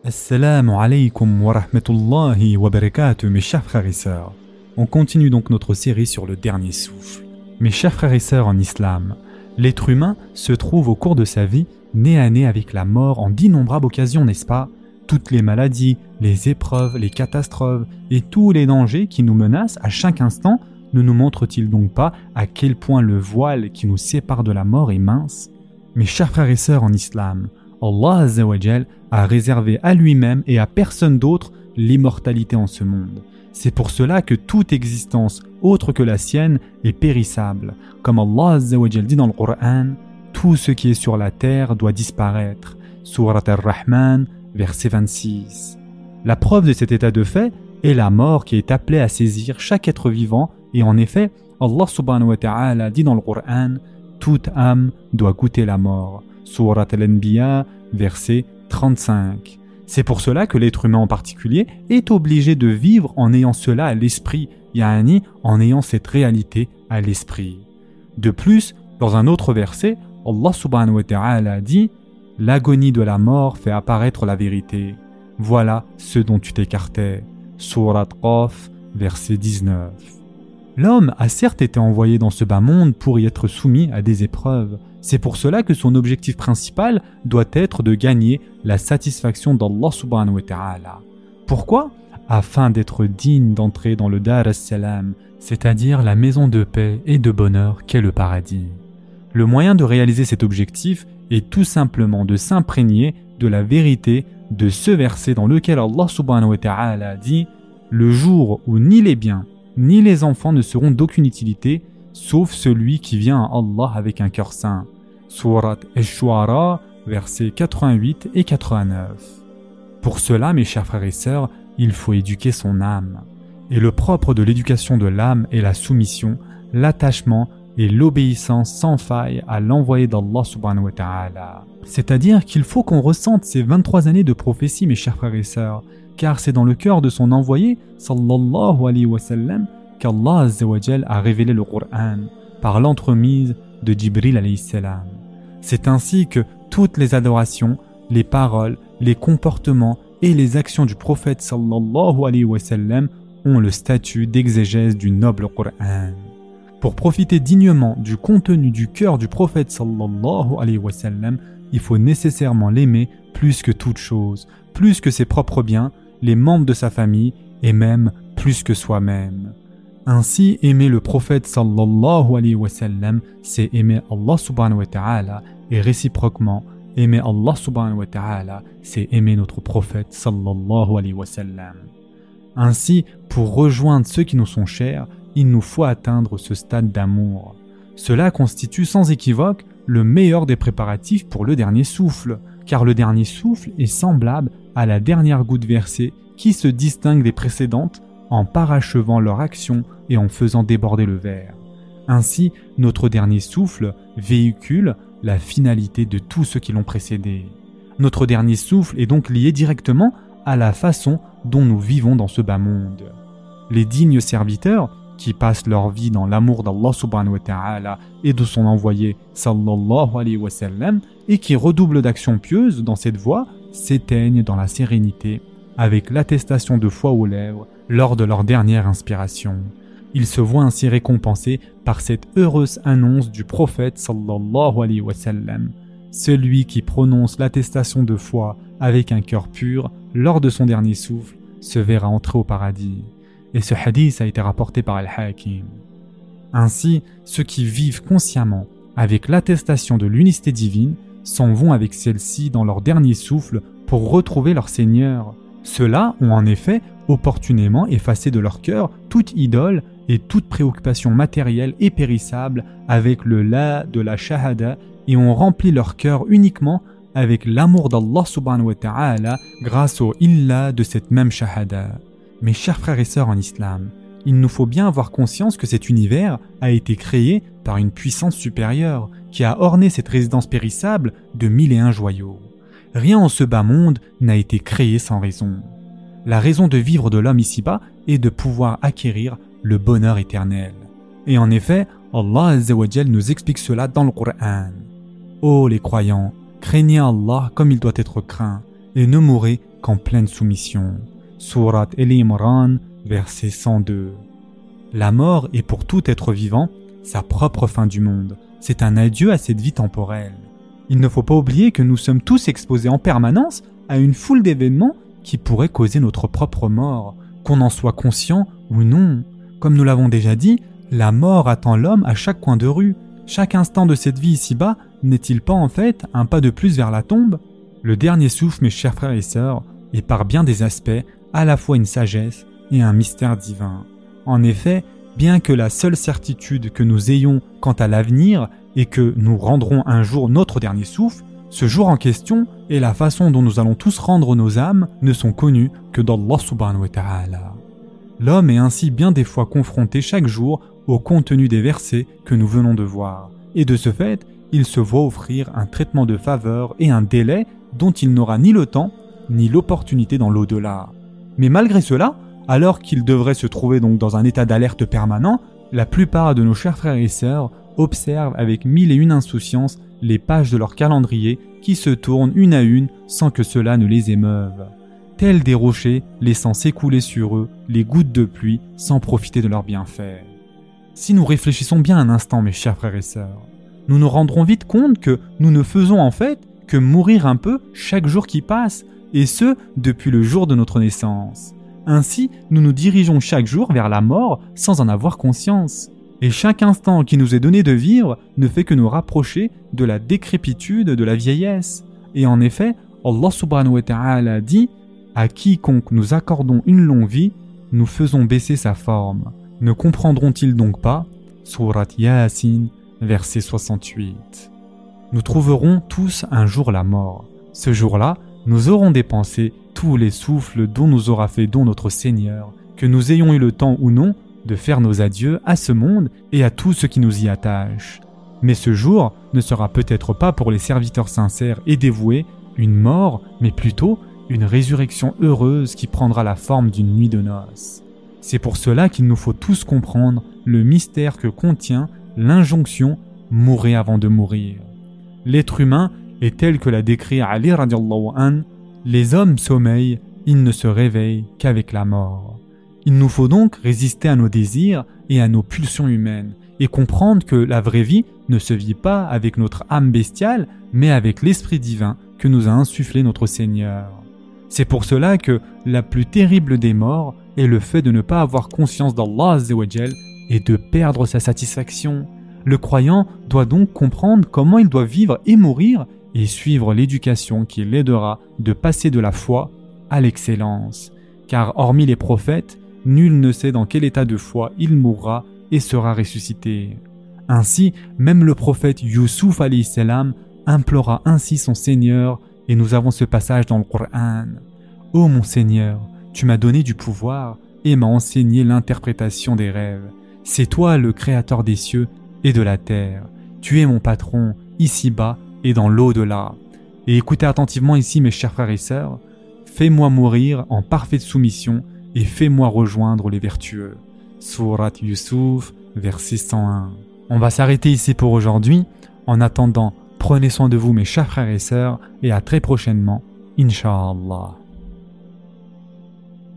Assalamu alaikum wa rahmatullahi wa barakatuh, mes chers frères et sœurs. On continue donc notre série sur le dernier souffle. Mes chers frères et sœurs en islam, l'être humain se trouve au cours de sa vie nez à nez avec la mort en d'innombrables occasions, n'est-ce pas? Toutes les maladies, les épreuves, les catastrophes et tous les dangers qui nous menacent à chaque instant ne nous montrent-ils donc pas à quel point le voile qui nous sépare de la mort est mince? Mes chers frères et sœurs en islam, Allah Azza wa Jal a réservé à lui-même et à personne d'autre l'immortalité en ce monde. C'est pour cela que toute existence autre que la sienne est périssable. Comme Allah Azza wa Jal dit dans le Coran, tout ce qui est sur la terre doit disparaître. Surat Ar-Rahman, verset 26. La preuve de cet état de fait est la mort qui est appelée à saisir chaque être vivant, et en effet, Allah subhanahu wa ta'ala dit dans le Coran, toute âme doit goûter la mort. Surat Al-Anbiya, verset 35. C'est pour cela que l'être humain en particulier est obligé de vivre en ayant cela à l'esprit, yani en ayant cette réalité à l'esprit. De plus, dans un autre verset, Allah subhanahu wa ta'ala dit « L'agonie de la mort fait apparaître la vérité. Voilà ce dont tu t'écartais. » Surat Qaf, verset 19. L'homme a certes été envoyé dans ce bas monde pour y être soumis à des épreuves. C'est pour cela que son objectif principal doit être de gagner la satisfaction d'Allah subhanahu wa ta'ala. Pourquoi? Afin d'être digne d'entrer dans le Dar as-Salam, c'est-à-dire la maison de paix et de bonheur qu'est le paradis. Le moyen de réaliser cet objectif est tout simplement de s'imprégner de la vérité de ce verset dans lequel Allah subhanahu wa ta'ala dit « Le jour où ni les biens ni les enfants ne seront d'aucune utilité, sauf celui qui vient à Allah avec un cœur saint. » Surat Ash-Shu'ara, versets 88 et 89. Pour cela, mes chers frères et sœurs, il faut éduquer son âme. Et le propre de l'éducation de l'âme est la soumission, l'attachement et l'obéissance sans faille à l'envoyé d'Allah subhanahu wa ta'ala. C'est-à-dire qu'il faut qu'on ressente ces 23 années de prophétie, mes chers frères et sœurs, car c'est dans le cœur de son envoyé, sallallahu alayhi wa sallam, qu'Allah Azza wa Jal a révélé le Coran par l'entremise de Jibril alayhi salam. C'est ainsi que toutes les adorations, les paroles, les comportements et les actions du prophète sallallahu alayhi wa sallam ont le statut d'exégèse du noble Coran. Pour profiter dignement du contenu du cœur du prophète sallallahu alayhi wa sallam, il faut nécessairement l'aimer plus que toute chose, plus que ses propres biens, les membres de sa famille et même plus que soi-même. Ainsi, aimer le prophète sallallahu alayhi wa sallam, c'est aimer Allah subhanahu wa ta'ala, et réciproquement, aimer Allah subhanahu wa ta'ala, c'est aimer notre prophète sallallahu alayhi wa sallam. Ainsi, pour rejoindre ceux qui nous sont chers, il nous faut atteindre ce stade d'amour. Cela constitue sans équivoque le meilleur des préparatifs pour le dernier souffle, car le dernier souffle est semblable à la dernière goutte versée qui se distingue des précédentes en parachevant leur action et en faisant déborder le verre. Ainsi, notre dernier souffle véhicule la finalité de tous ceux qui l'ont précédé. Notre dernier souffle est donc lié directement à la façon dont nous vivons dans ce bas monde. Les dignes serviteurs qui passent leur vie dans l'amour d'Allah subhanahu wa ta'ala et de son envoyé sallallahu alayhi wa sallam et qui redoublent d'actions pieuses dans cette voie s'éteignent dans la sérénité avec l'attestation de foi aux lèvres lors de leur dernière inspiration. Ils se voient ainsi récompensés par cette heureuse annonce du prophète sallallahu alayhi wa sallam. Celui qui prononce l'attestation de foi avec un cœur pur lors de son dernier souffle se verra entrer au paradis. Et ce hadith a été rapporté par Al-Hakim. Ainsi, ceux qui vivent consciemment avec l'attestation de l'unicité divine s'en vont avec celle-ci dans leur dernier souffle pour retrouver leur Seigneur. Ceux-là ont en effet opportunément effacé de leur cœur toute idole et toute préoccupation matérielle et périssable avec le la de la shahada et ont rempli leur cœur uniquement avec l'amour d'Allah subhanahu wa ta'ala grâce au illa de cette même shahada. Mes chers frères et sœurs en islam, il nous faut bien avoir conscience que cet univers a été créé par une puissance supérieure qui a orné cette résidence périssable de 1001 joyaux. Rien en ce bas monde n'a été créé sans raison. La raison de vivre de l'homme ici-bas est de pouvoir acquérir le bonheur éternel. Et en effet, Allah Azza wa Jal nous explique cela dans le Coran. Ô les croyants, craignez Allah comme il doit être craint, et ne mourrez qu'en pleine soumission. Sourate El-Imran, verset 102. La mort est pour tout être vivant sa propre fin du monde. C'est un adieu à cette vie temporelle. Il ne faut pas oublier que nous sommes tous exposés en permanence à une foule d'événements qui pourraient causer notre propre mort, qu'on en soit conscient ou non. Comme nous l'avons déjà dit, la mort attend l'homme à chaque coin de rue. Chaque instant de cette vie ici-bas n'est-il pas en fait un pas de plus vers la tombe? Le dernier souffle, mes chers frères et sœurs, est par bien des aspects à la fois une sagesse et un mystère divin. En effet, bien que la seule certitude que nous ayons quant à l'avenir est que nous rendrons un jour notre dernier souffle, ce jour en question et la façon dont nous allons tous rendre nos âmes ne sont connus que d'Allah subhanahu wa ta'ala. L'homme est ainsi bien des fois confronté chaque jour au contenu des versets que nous venons de voir, et de ce fait, il se voit offrir un traitement de faveur et un délai dont il n'aura ni le temps ni l'opportunité dans l'au-delà. Mais malgré cela, alors qu'il devrait se trouver donc dans un état d'alerte permanent, la plupart de nos chers frères et sœurs observent avec mille et une insouciance les pages de leur calendrier qui se tournent une à une sans que cela ne les émeuve. Tels des rochers laissant s'écouler sur eux les gouttes de pluie sans profiter de leurs bienfaits. Si nous réfléchissons bien un instant, mes chers frères et sœurs, nous nous rendrons vite compte que nous ne faisons en fait que mourir un peu chaque jour qui passe, et ce, depuis le jour de notre naissance. Ainsi, nous nous dirigeons chaque jour vers la mort sans en avoir conscience. Et chaque instant qui nous est donné de vivre ne fait que nous rapprocher de la décrépitude de la vieillesse. Et en effet, Allah subhanahu wa ta'ala dit « À quiconque nous accordons une longue vie, nous faisons baisser sa forme. Ne comprendront-ils donc pas » Sourate Yasin, verset 68. Nous trouverons tous un jour la mort. Ce jour-là, nous aurons dépensé tous les souffles dont nous aura fait don notre Seigneur, que nous ayons eu le temps ou non de faire nos adieux à ce monde et à tout ce qui nous y attache. Mais ce jour ne sera peut-être pas pour les serviteurs sincères et dévoués une mort, mais plutôt une résurrection heureuse qui prendra la forme d'une nuit de noces. C'est pour cela qu'il nous faut tous comprendre le mystère que contient l'injonction « mourez avant de mourir ». L'être humain est tel que l'a décrit Ali radiallahu anh, les hommes sommeillent, ils ne se réveillent qu'avec la mort. Il nous faut donc résister à nos désirs et à nos pulsions humaines et comprendre que la vraie vie ne se vit pas avec notre âme bestiale, mais avec l'esprit divin que nous a insufflé notre Seigneur. C'est pour cela que la plus terrible des morts est le fait de ne pas avoir conscience d'Allah Azza wa Jal et de perdre sa satisfaction. Le croyant doit donc comprendre comment il doit vivre et mourir et suivre l'éducation qui l'aidera de passer de la foi à l'excellence. Car hormis les prophètes, nul ne sait dans quel état de foi il mourra et sera ressuscité. Ainsi, même le prophète Youssouf alayhi salam implora ainsi son Seigneur et nous avons ce passage dans le Coran. « Ô mon Seigneur, tu m'as donné du pouvoir et m'as enseigné l'interprétation des rêves. C'est toi le créateur des cieux et de la terre. Tu es mon patron, ici-bas et dans l'au-delà. Et écoutez attentivement ici mes chers frères et sœurs, fais-moi mourir en parfaite soumission et fais-moi rejoindre les vertueux. » Sourate Youssouf, verset 101. On va s'arrêter ici pour aujourd'hui. En attendant, prenez soin de vous mes chers frères et sœurs et à très prochainement, Inch'Allah.